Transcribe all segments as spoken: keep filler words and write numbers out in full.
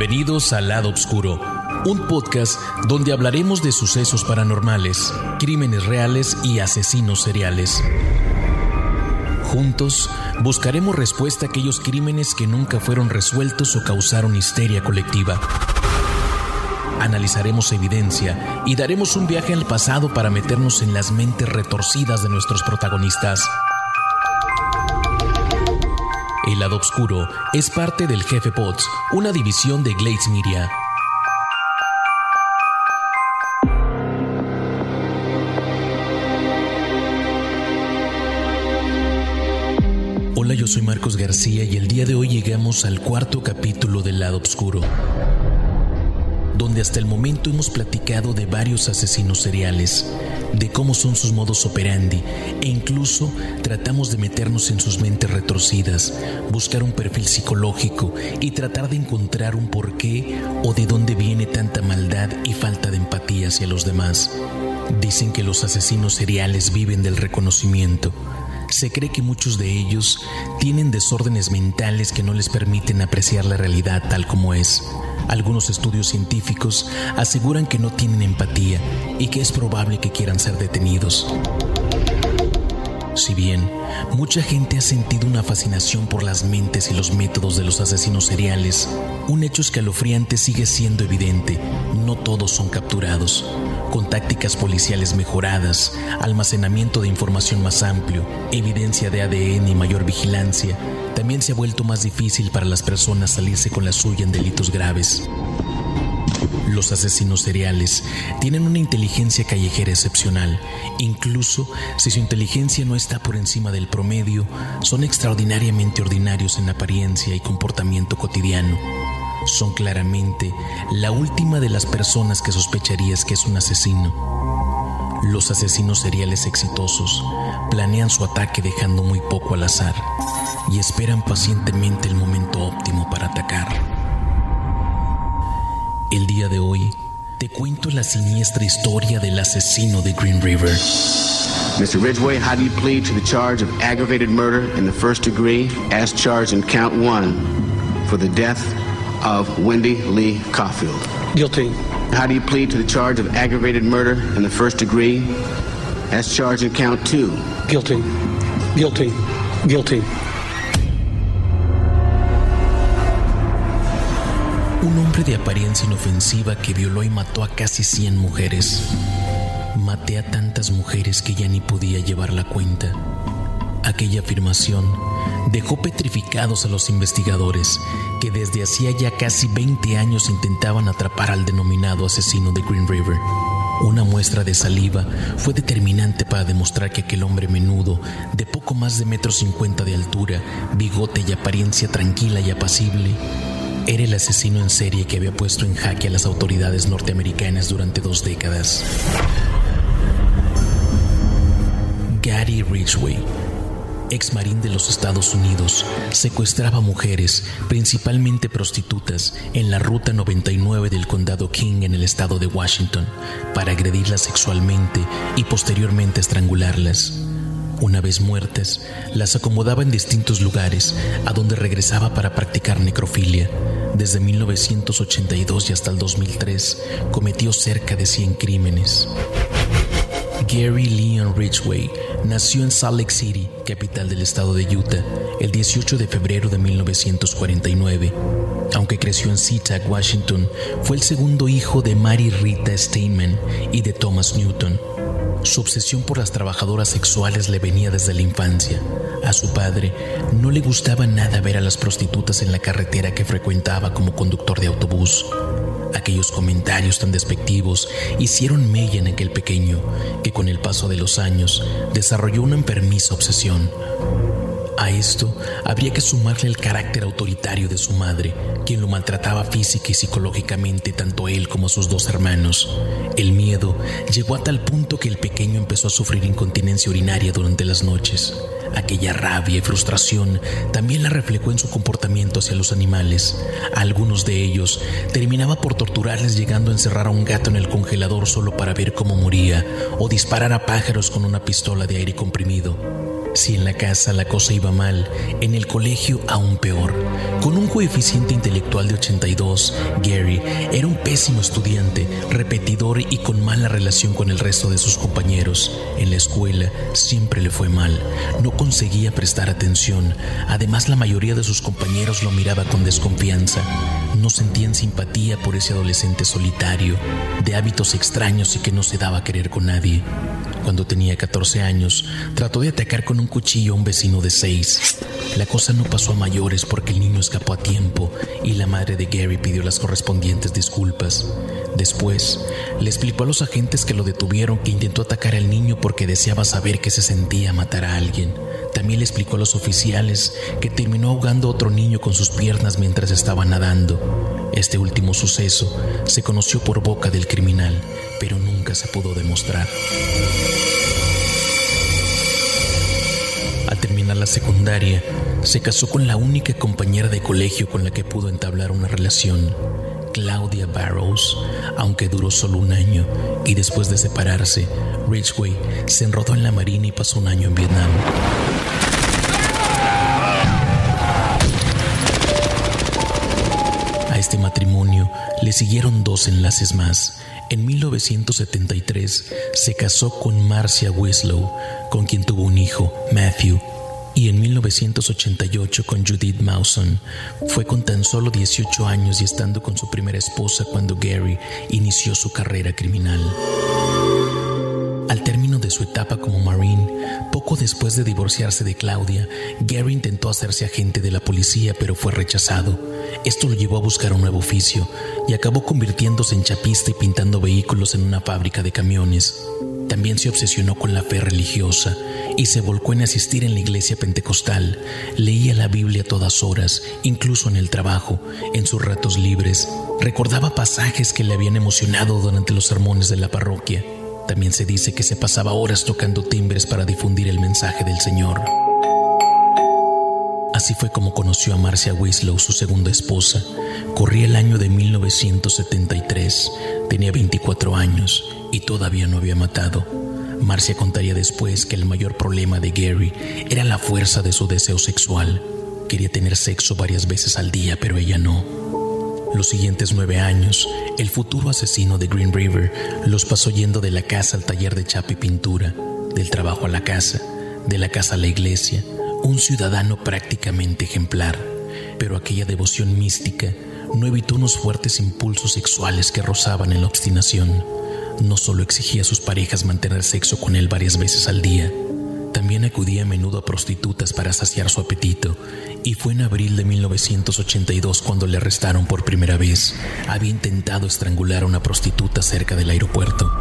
Bienvenidos a Lado Oscuro, un podcast donde hablaremos de sucesos paranormales, crímenes reales y asesinos seriales. Juntos buscaremos respuesta a aquellos crímenes que nunca fueron resueltos o causaron histeria colectiva. Analizaremos evidencia y daremos un viaje al pasado para meternos en las mentes retorcidas de nuestros protagonistas. El Lado Oscuro es parte del Jefe Pods, una división de Glades Media. Hola, yo soy Marcos García y el día de hoy llegamos al cuarto capítulo del Lado Oscuro, donde hasta el momento hemos platicado de varios asesinos seriales, de cómo son sus modus operandi e incluso tratamos de meternos en sus mentes retorcidas, buscar un perfil psicológico y tratar de encontrar un porqué o de dónde viene tanta maldad y falta de empatía hacia los demás. Dicen que los asesinos seriales viven del reconocimiento. Se cree que muchos de ellos tienen desórdenes mentales que no les permiten apreciar la realidad tal como es. Algunos estudios científicos aseguran que no tienen empatía y que es probable que quieran ser detenidos. Si bien mucha gente ha sentido una fascinación por las mentes y los métodos de los asesinos seriales, un hecho escalofriante sigue siendo evidente: no todos son capturados. Con tácticas policiales mejoradas, almacenamiento de información más amplio, evidencia de A D N y mayor vigilancia, también se ha vuelto más difícil para las personas salirse con la suya en delitos graves. Los asesinos seriales tienen una inteligencia callejera excepcional. Incluso si su inteligencia no está por encima del promedio, son extraordinariamente ordinarios en apariencia y comportamiento cotidiano. Son claramente la última de las personas que sospecharías que es un asesino. Los asesinos seriales exitosos planean su ataque dejando muy poco al azar y esperan pacientemente el momento óptimo para atacar. El día de hoy te cuento la siniestra historia del asesino de Green River. Mister Ridgway, how do you plead to the charge of aggravated murder in the first degree as charged in count one for the death of Wendy Lee Caulfield? Guilty. How do you plead to the charge of aggravated murder in the first degree as charged in count two? Guilty. Guilty. Guilty. Un hombre de apariencia inofensiva que violó y mató a casi cien mujeres. Maté a tantas mujeres que ya ni podía llevar la cuenta. Aquella afirmación dejó petrificados a los investigadores que desde hacía ya casi veinte años intentaban atrapar al denominado asesino de Green River. Una muestra de saliva fue determinante para demostrar que aquel hombre menudo, de poco más de metro cincuenta de altura, bigote y apariencia tranquila y apacible, era el asesino en serie que había puesto en jaque a las autoridades norteamericanas durante dos décadas. Gary Ridgway, ex marín de los Estados Unidos, secuestraba mujeres, principalmente prostitutas, en la ruta noventa y nueve del condado King en el estado de Washington, para agredirlas sexualmente y posteriormente estrangularlas. Una vez muertas, las acomodaba en distintos lugares, a donde regresaba para practicar necrofilia. Desde mil novecientos ochenta y dos y hasta el dos mil tres, cometió cerca de cien crímenes. Gary Leon Ridgway nació en Salt Lake City, capital del estado de Utah, el dieciocho de febrero de mil novecientos cuarenta y nueve. Aunque creció en SeaTac, Washington, fue el segundo hijo de Mary Rita Steinman y de Thomas Newton. Su obsesión por las trabajadoras sexuales le venía desde la infancia. A su padre no le gustaba nada ver a las prostitutas en la carretera que frecuentaba como conductor de autobús. Aquellos comentarios tan despectivos hicieron mella en aquel pequeño, que con el paso de los años desarrolló una enfermiza obsesión. A esto habría que sumarle el carácter autoritario de su madre, quien lo maltrataba física y psicológicamente tanto él como a sus dos hermanos. El miedo llegó a tal punto que el pequeño empezó a sufrir incontinencia urinaria durante las noches. Aquella rabia y frustración también la reflejó en su comportamiento hacia los animales. A algunos de ellos terminaba por torturarles, llegando a encerrar a un gato en el congelador solo para ver cómo moría, o disparar a pájaros con una pistola de aire comprimido. Si en la casa la cosa iba mal, en el colegio aún peor. Con un coeficiente intelectual de ochenta y dos, Gary era un pésimo estudiante, repetidor y con mala relación con el resto de sus compañeros. En la escuela siempre le fue mal, no conseguía prestar atención. Además, la mayoría de sus compañeros lo miraba con desconfianza. No sentían simpatía por ese adolescente solitario, de hábitos extraños y que no se daba a querer con nadie. Cuando tenía catorce años, trató de atacar con un cuchillo a un vecino de seis. La cosa no pasó a mayores porque el niño escapó a tiempo y la madre de Gary pidió las correspondientes disculpas. Después, le explicó a los agentes que lo detuvieron que intentó atacar al niño porque deseaba saber qué se sentía matar a alguien. También le explicó a los oficiales que terminó ahogando a otro niño con sus piernas mientras estaba nadando. Este último suceso se conoció por boca del criminal, pero nunca se pudo demostrar. Al terminar la secundaria, se casó con la única compañera de colegio con la que pudo entablar una relación, Claudia Barrows, aunque duró solo un año, y después de separarse, Ridgway se enrodó en la marina y pasó un año en Vietnam. A este matrimonio le siguieron dos enlaces más. En mil novecientos setenta y tres se casó con Marcia Winslow, con quien tuvo un hijo, Matthew, y en mil novecientos ochenta y ocho con Judith Mawson. Fue con tan solo dieciocho años y estando con su primera esposa cuando Gary inició su carrera criminal. Al término de su etapa como Marine, poco después de divorciarse de Claudia, Gary intentó hacerse agente de la policía, pero fue rechazado. Esto lo llevó a buscar un nuevo oficio y acabó convirtiéndose en chapista y pintando vehículos en una fábrica de camiones. También se obsesionó con la fe religiosa y se volcó en asistir en la iglesia pentecostal. Leía la Biblia a todas horas, incluso en el trabajo, en sus ratos libres. Recordaba pasajes que le habían emocionado durante los sermones de la parroquia. También se dice que se pasaba horas tocando timbres para difundir el mensaje del Señor. Así fue como conoció a Marcia Winslow, su segunda esposa. Corría el año de mil novecientos setenta y tres. Tenía veinticuatro años y todavía no había matado. Marcia contaría después que el mayor problema de Gary era la fuerza de su deseo sexual. Quería tener sexo varias veces al día, pero ella no. Los siguientes nueve años, el futuro asesino de Green River los pasó yendo de la casa al taller de chapa y pintura, del trabajo a la casa, de la casa a la iglesia. Un ciudadano prácticamente ejemplar, pero aquella devoción mística no evitó unos fuertes impulsos sexuales que rozaban en la obstinación. No solo exigía a sus parejas mantener sexo con él varias veces al día, también acudía a menudo a prostitutas para saciar su apetito, y fue en abril de mil novecientos ochenta y dos cuando le arrestaron por primera vez. Había intentado estrangular a una prostituta cerca del aeropuerto.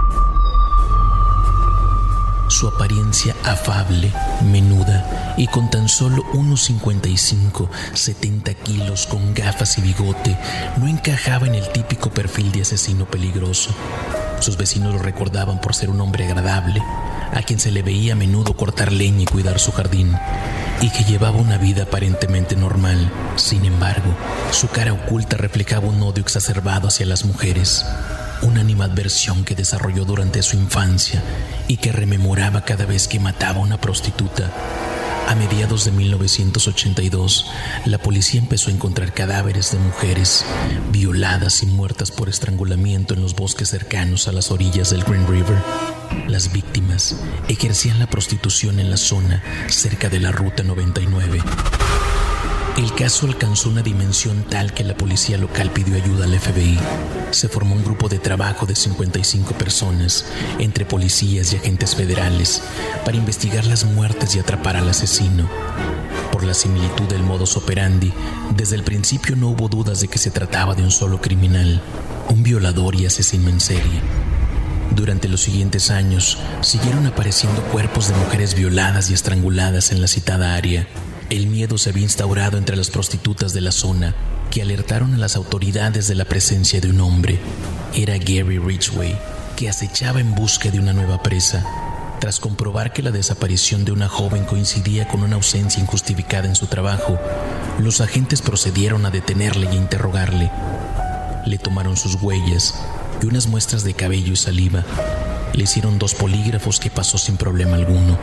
Su apariencia afable, menuda y con tan solo uno cincuenta y cinco, setenta kilos, con gafas y bigote, no encajaba en el típico perfil de asesino peligroso. Sus vecinos lo recordaban por ser un hombre agradable, a quien se le veía a menudo cortar leña y cuidar su jardín, y que llevaba una vida aparentemente normal. Sin embargo, su cara oculta reflejaba un odio exacerbado hacia las mujeres, una animadversión que desarrolló durante su infancia y que rememoraba cada vez que mataba a una prostituta. A mediados de mil novecientos ochenta y dos, la policía empezó a encontrar cadáveres de mujeres violadas y muertas por estrangulamiento en los bosques cercanos a las orillas del Green River. Las víctimas ejercían la prostitución en la zona cerca de la Ruta noventa y nueve. El caso alcanzó una dimensión tal que la policía local pidió ayuda al F B I. Se formó un grupo de trabajo de cincuenta y cinco personas, entre policías y agentes federales, para investigar las muertes y atrapar al asesino. Por la similitud del modus operandi, desde el principio no hubo dudas de que se trataba de un solo criminal, un violador y asesino en serie. Durante los siguientes años, siguieron apareciendo cuerpos de mujeres violadas y estranguladas en la citada área. El miedo se había instaurado entre las prostitutas de la zona, que alertaron a las autoridades de la presencia de un hombre. Era Gary Ridgway, que acechaba en busca de una nueva presa. Tras comprobar que la desaparición de una joven coincidía con una ausencia injustificada en su trabajo, los agentes procedieron a detenerle y a interrogarle. Le tomaron sus huellas y unas muestras de cabello y saliva. Le hicieron dos polígrafos que pasó sin problema alguno.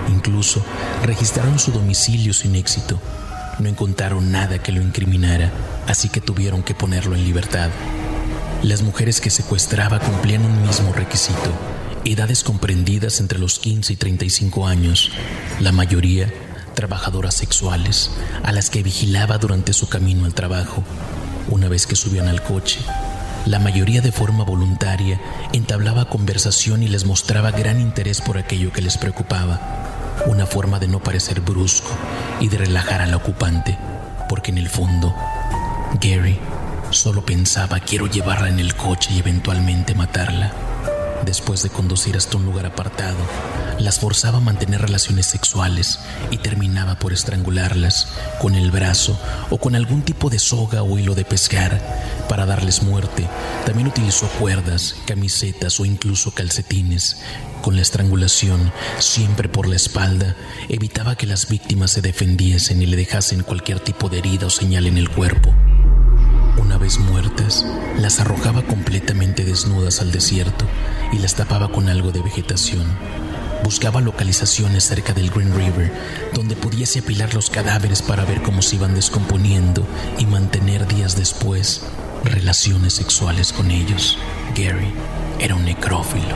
Incluso registraron su domicilio sin éxito. No encontraron nada que lo incriminara, así que tuvieron que ponerlo en libertad. Las mujeres que secuestraba cumplían un mismo requisito: edades comprendidas entre los quince y treinta y cinco años, la mayoría trabajadoras sexuales, a las que vigilaba durante su camino al trabajo. Una vez que subían al coche, la mayoría de forma voluntaria entablaba conversación y les mostraba gran interés por aquello que les preocupaba. Una forma de no parecer brusco y de relajar al ocupante, porque en el fondo, Gary solo pensaba: quiero llevarla en el coche y eventualmente matarla. Después de conducir hasta un lugar apartado, las forzaba a mantener relaciones sexuales y terminaba por estrangularlas con el brazo o con algún tipo de soga o hilo de pescar. Para darles muerte, también utilizó cuerdas, camisetas o incluso calcetines. Con la estrangulación, siempre por la espalda, evitaba que las víctimas se defendiesen y le dejasen cualquier tipo de herida o señal en el cuerpo. Una vez muertas, las arrojaba completamente desnudas al desierto y las tapaba con algo de vegetación. Buscaba localizaciones cerca del Green River donde pudiese apilar los cadáveres para ver cómo se iban descomponiendo y mantener días después relaciones sexuales con ellos. Gary era un necrófilo.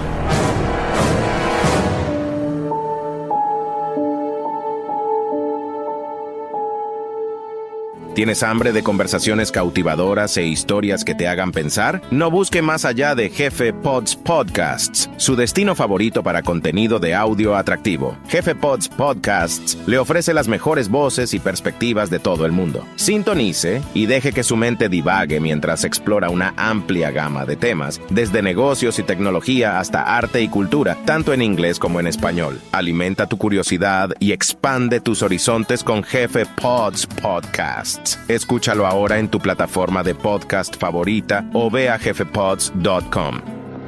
¿Tienes hambre de conversaciones cautivadoras e historias que te hagan pensar? No busque más allá de Jefe Pods Podcasts, su destino favorito para contenido de audio atractivo. Jefe Pods Podcasts le ofrece las mejores voces y perspectivas de todo el mundo. Sintonice y deje que su mente divague mientras explora una amplia gama de temas, desde negocios y tecnología hasta arte y cultura, tanto en inglés como en español. Alimenta tu curiosidad y expande tus horizontes con Jefe Pods Podcasts. Escúchalo ahora en tu plataforma de podcast favorita o ve a jefe pods punto com.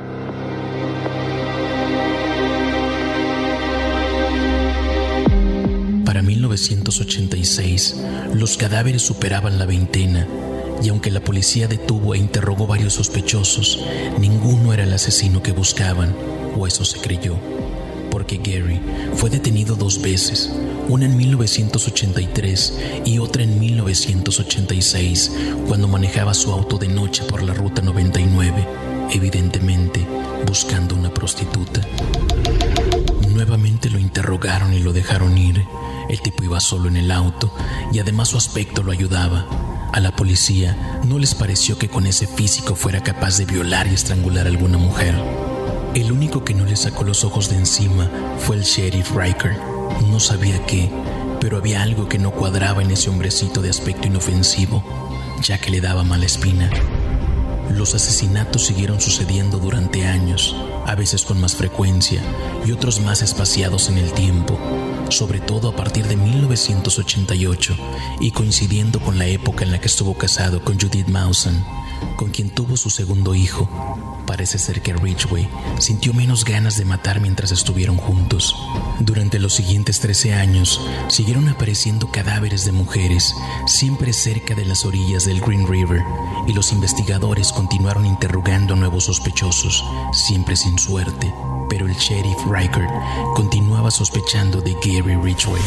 Para mil novecientos ochenta y seis, los cadáveres superaban la veintena, y aunque la policía detuvo e interrogó varios sospechosos, ninguno era el asesino que buscaban, o eso se creyó, porque Gary fue detenido dos veces, una en mil novecientos ochenta y tres y otra en mil novecientos ochenta y seis, cuando manejaba su auto de noche por la ruta noventa y nueve, evidentemente buscando una prostituta. Nuevamente lo interrogaron y lo dejaron ir. El tipo iba solo en el auto y además su aspecto lo ayudaba. A la policía no les pareció que con ese físico fuera capaz de violar y estrangular a alguna mujer. El único que no le sacó los ojos de encima fue el sheriff Riker. No sabía qué, pero había algo que no cuadraba en ese hombrecito de aspecto inofensivo, ya que le daba mala espina. Los asesinatos siguieron sucediendo durante años, a veces con más frecuencia y otros más espaciados en el tiempo, sobre todo a partir de mil novecientos ochenta y ocho y coincidiendo con la época en la que estuvo casado con Judith Maussan, con quien tuvo su segundo hijo. Parece ser que Ridgway sintió menos ganas de matar mientras estuvieron juntos. Durante los siguientes trece años, siguieron apareciendo cadáveres de mujeres, siempre cerca de las orillas del Green River, y los investigadores continuaron interrogando a nuevos sospechosos, siempre sin suerte, pero el sheriff Riker continuaba sospechando de Gary Ridgway.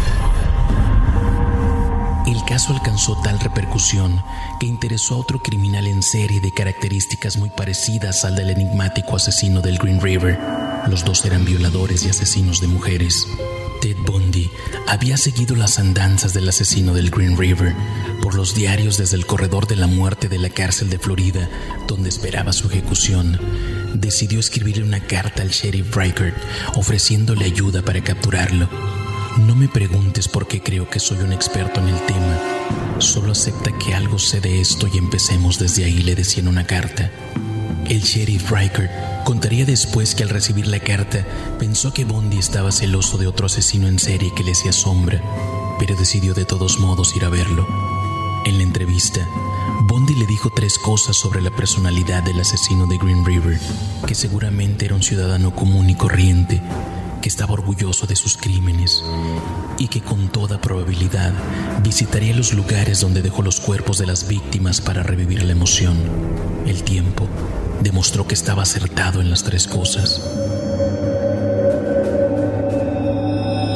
El caso alcanzó tal repercusión que interesó a otro criminal en serie de características muy parecidas al del enigmático asesino del Green River. Los dos eran violadores y asesinos de mujeres. Ted Bundy había seguido las andanzas del asesino del Green River por los diarios desde el corredor de la muerte de la cárcel de Florida, donde esperaba su ejecución. Decidió escribirle una carta al sheriff Riker ofreciéndole ayuda para capturarlo. No me preguntes por qué creo que soy un experto en el tema. Solo acepta que algo sé de esto y empecemos desde ahí, le decía en una carta. El sheriff Riker contaría después que al recibir la carta pensó que Bundy estaba celoso de otro asesino en serie que le hacía sombra, pero decidió de todos modos ir a verlo. En la entrevista, Bundy le dijo tres cosas sobre la personalidad del asesino de Green River: que seguramente era un ciudadano común y corriente, que estaba orgulloso de sus crímenes y que con toda probabilidad visitaría los lugares donde dejó los cuerpos de las víctimas para revivir la emoción. El tiempo demostró que estaba acertado en las tres cosas.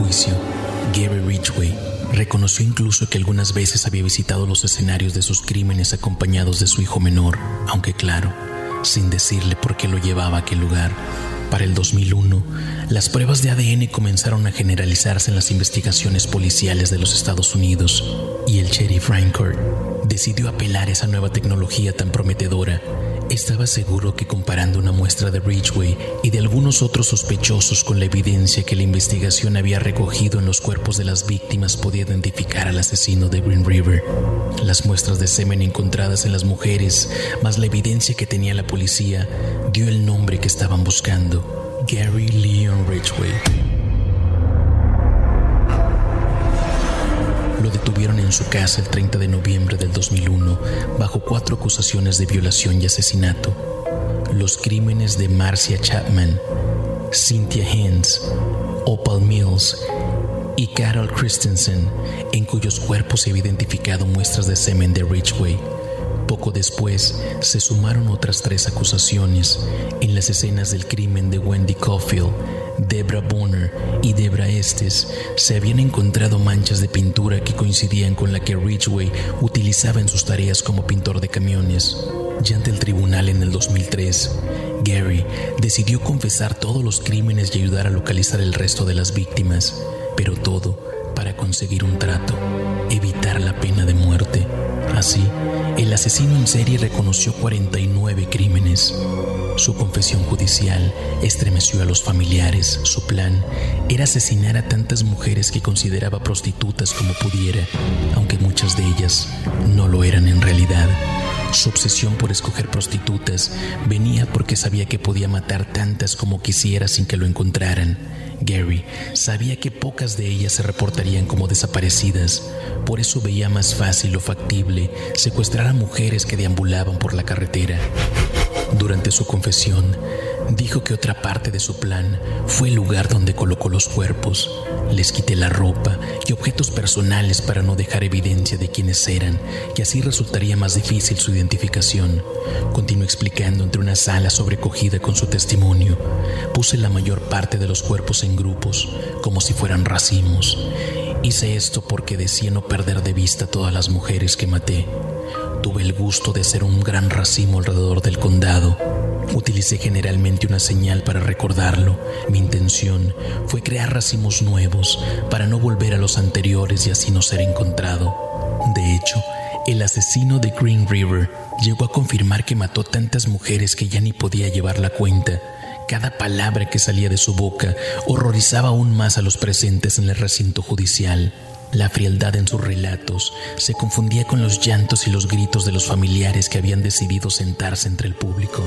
juicio, Gary Ridgway reconoció incluso que algunas veces había visitado los escenarios de sus crímenes acompañados de su hijo menor, aunque claro, sin decirle por qué lo llevaba a aquel lugar. Para el dos mil uno, las pruebas de A D N comenzaron a generalizarse en las investigaciones policiales de los Estados Unidos y el sheriff Rancourt decidió apelar a esa nueva tecnología tan prometedora. Estaba seguro que comparando una muestra de Ridgway y de algunos otros sospechosos con la evidencia que la investigación había recogido en los cuerpos de las víctimas podía identificar al asesino de Green River. Las muestras de semen encontradas en las mujeres, más la evidencia que tenía la policía, dio el nombre que estaban buscando: Gary Leon Ridgway. Lo detuvieron en su casa el treinta de noviembre del dos mil uno bajo cuatro acusaciones de violación y asesinato. Los crímenes de Marcia Chapman, Cynthia Hens, Opal Mills y Carol Christensen, en cuyos cuerpos se había identificado muestras de semen de Ridgway. Poco después se sumaron otras tres acusaciones en las escenas del crimen de Wendy Caulfield, Debra Bonner y Debra Estes. Se habían encontrado manchas de pintura que coincidían con la que Ridgway utilizaba en sus tareas como pintor de camiones. Ya ante el tribunal en el dos mil tres, Gary decidió confesar todos los crímenes y ayudar a localizar el resto de las víctimas, pero todo para conseguir un trato: evitar la pena de muerte. Así, el asesino en serie reconoció cuarenta y nueve crímenes. Su confesión judicial estremeció a los familiares. Su plan era asesinar a tantas mujeres que consideraba prostitutas como pudiera, aunque muchas de ellas no lo eran en realidad. Su obsesión por escoger prostitutas venía porque sabía que podía matar tantas como quisiera sin que lo encontraran. Gary sabía que pocas de ellas se reportarían como desaparecidas, por eso veía más fácil o factible secuestrar a mujeres que deambulaban por la carretera. Durante su confesión, dijo que otra parte de su plan fue el lugar donde colocó los cuerpos. Les quité la ropa y objetos personales para no dejar evidencia de quiénes eran, y así resultaría más difícil su identificación. Continuó explicando entre una sala sobrecogida con su testimonio. Puse la mayor parte de los cuerpos en grupos, como si fueran racimos. Hice esto porque decía no perder de vista a todas las mujeres que maté. Tuve el gusto de hacer un gran racimo alrededor del condado. Utilicé generalmente una señal para recordarlo. Mi intención fue crear racimos nuevos para no volver a los anteriores y así no ser encontrado. De hecho, el asesino de Green River llegó a confirmar que mató tantas mujeres que ya ni podía llevar la cuenta. Cada palabra que salía de su boca horrorizaba aún más a los presentes en el recinto judicial. La frialdad en sus relatos se confundía con los llantos y los gritos de los familiares que habían decidido sentarse entre el público.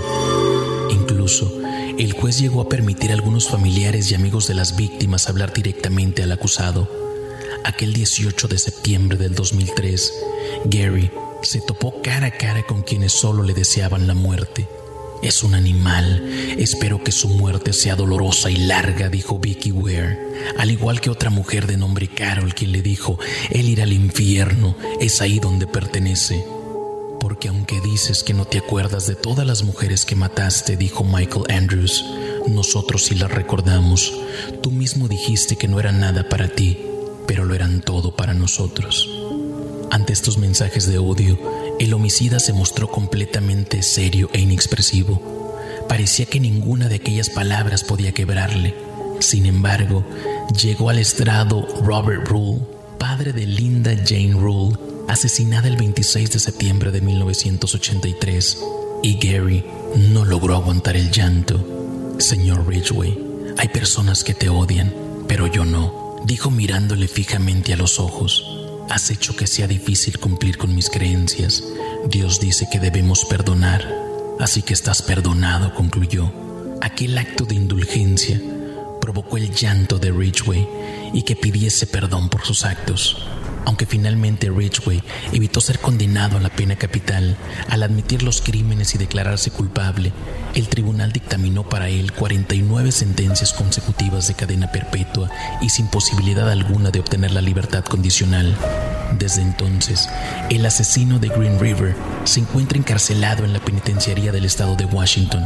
Incluso, el juez llegó a permitir a algunos familiares y amigos de las víctimas hablar directamente al acusado. Aquel dieciocho de septiembre del dos mil tres, Gary se topó cara a cara con quienes solo le deseaban la muerte. «Es un animal. Espero que su muerte sea dolorosa y larga», dijo Vicky Ware, al igual que otra mujer de nombre Carol, quien le dijo: «Él irá al infierno, es ahí donde pertenece». «Porque aunque dices que no te acuerdas de todas las mujeres que mataste», dijo Michael Andrews, «nosotros sí las recordamos. Tú mismo dijiste que no eran nada para ti, pero lo eran todo para nosotros». Ante estos mensajes de odio, el homicida se mostró completamente serio e inexpresivo. Parecía que ninguna de aquellas palabras podía quebrarle. Sin embargo, llegó al estrado Robert Rule, padre de Linda Jane Rule, asesinada el veintiséis de septiembre de mil novecientos ochenta y tres, y Gary no logró aguantar el llanto. «Señor Ridgway, hay personas que te odian, pero yo no», dijo mirándole fijamente a los ojos. «Has hecho que sea difícil cumplir con mis creencias. Dios dice que debemos perdonar, así que estás perdonado», concluyó. Aquel acto de indulgencia provocó el llanto de Ridgway y que pidiese perdón por sus actos. Aunque finalmente Ridgway evitó ser condenado a la pena capital, al admitir los crímenes y declararse culpable, el tribunal dictaminó para él cuarenta y nueve sentencias consecutivas de cadena perpetua y sin posibilidad alguna de obtener la libertad condicional. Desde entonces, el asesino de Green River se encuentra encarcelado en la penitenciaría del estado de Washington.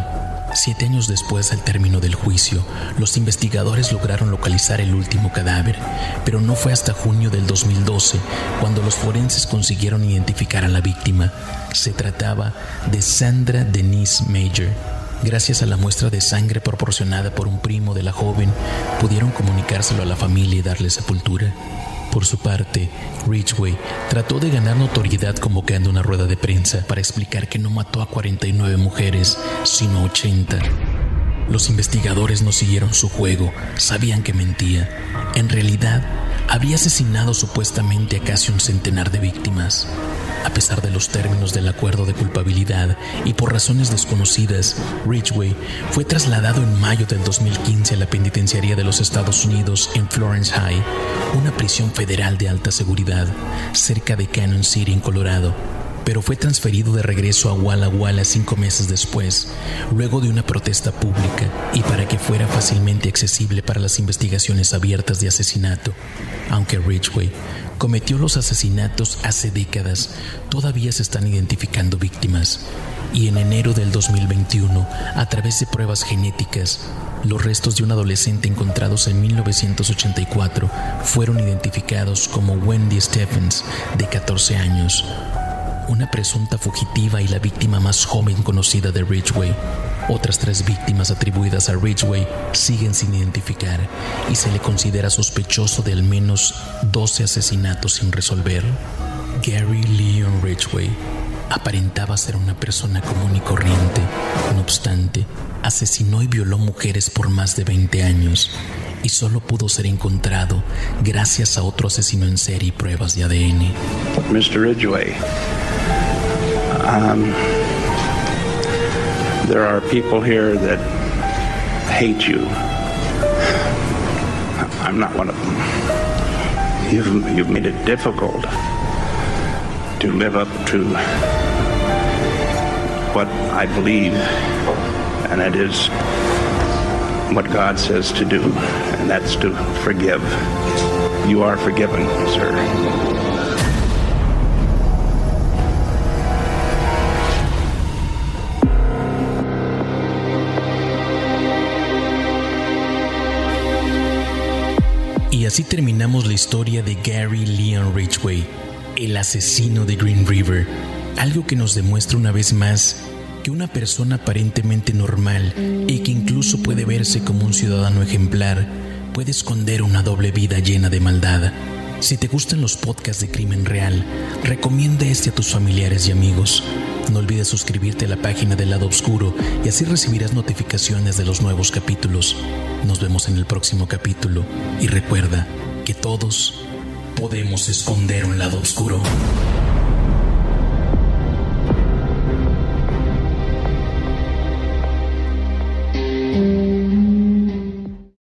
Siete años después, al término del juicio, los investigadores lograron localizar el último cadáver, pero no fue hasta junio del dos mil doce cuando los forenses consiguieron identificar a la víctima. Se trataba de Sandra Denise Major. Gracias a la muestra de sangre proporcionada por un primo de la joven, pudieron comunicárselo a la familia y darle sepultura. Por su parte, Ridgway trató de ganar notoriedad convocando una rueda de prensa para explicar que no mató a cuarenta y nueve mujeres, sino ochenta. Los investigadores no siguieron su juego, sabían que mentía. En realidad, había asesinado supuestamente a casi un centenar de víctimas. A pesar de los términos del acuerdo de culpabilidad y por razones desconocidas, Ridgway fue trasladado en mayo del dos mil quince a la penitenciaría de los Estados Unidos en Florence High, una prisión federal de alta seguridad, cerca de Canyon City, en Colorado. Pero fue transferido de regreso a Walla Walla cinco meses después, luego de una protesta pública y para que fuera fácilmente accesible para las investigaciones abiertas de asesinato. Aunque Ridgway cometió los asesinatos hace décadas, todavía se están identificando víctimas. Y en enero del dos mil veintiuno, a través de pruebas genéticas, los restos de un adolescente encontrados en mil novecientos ochenta y cuatro fueron identificados como Wendy Stephens, de catorce años, una presunta fugitiva y la víctima más joven conocida de Ridgway. Otras tres víctimas atribuidas a Ridgway siguen sin identificar y se le considera sospechoso de al menos doce asesinatos sin resolver. Gary Leon Ridgway aparentaba ser una persona común y corriente. No obstante, asesinó y violó mujeres por más de veinte años y solo pudo ser encontrado gracias a otro asesino en serie y pruebas de A D N. mister Ridgway, um, there are people here that hate you. I'm not one of them. You've, you've made it difficult to live up to what I believe, and that is what God says to do, and that's to forgive. You are forgiven, sir. Y así terminamos la historia de Gary Leon Ridgway, el asesino de Green River. Algo que nos demuestra una vez más que una persona aparentemente normal y que incluso puede verse como un ciudadano ejemplar puede esconder una doble vida llena de maldad. Si te gustan los podcasts de crimen real, recomienda este a tus familiares y amigos. No olvides suscribirte a la página del Lado Oscuro y así recibirás notificaciones de los nuevos capítulos. Nos vemos en el próximo capítulo y recuerda que todos podemos esconder un lado oscuro.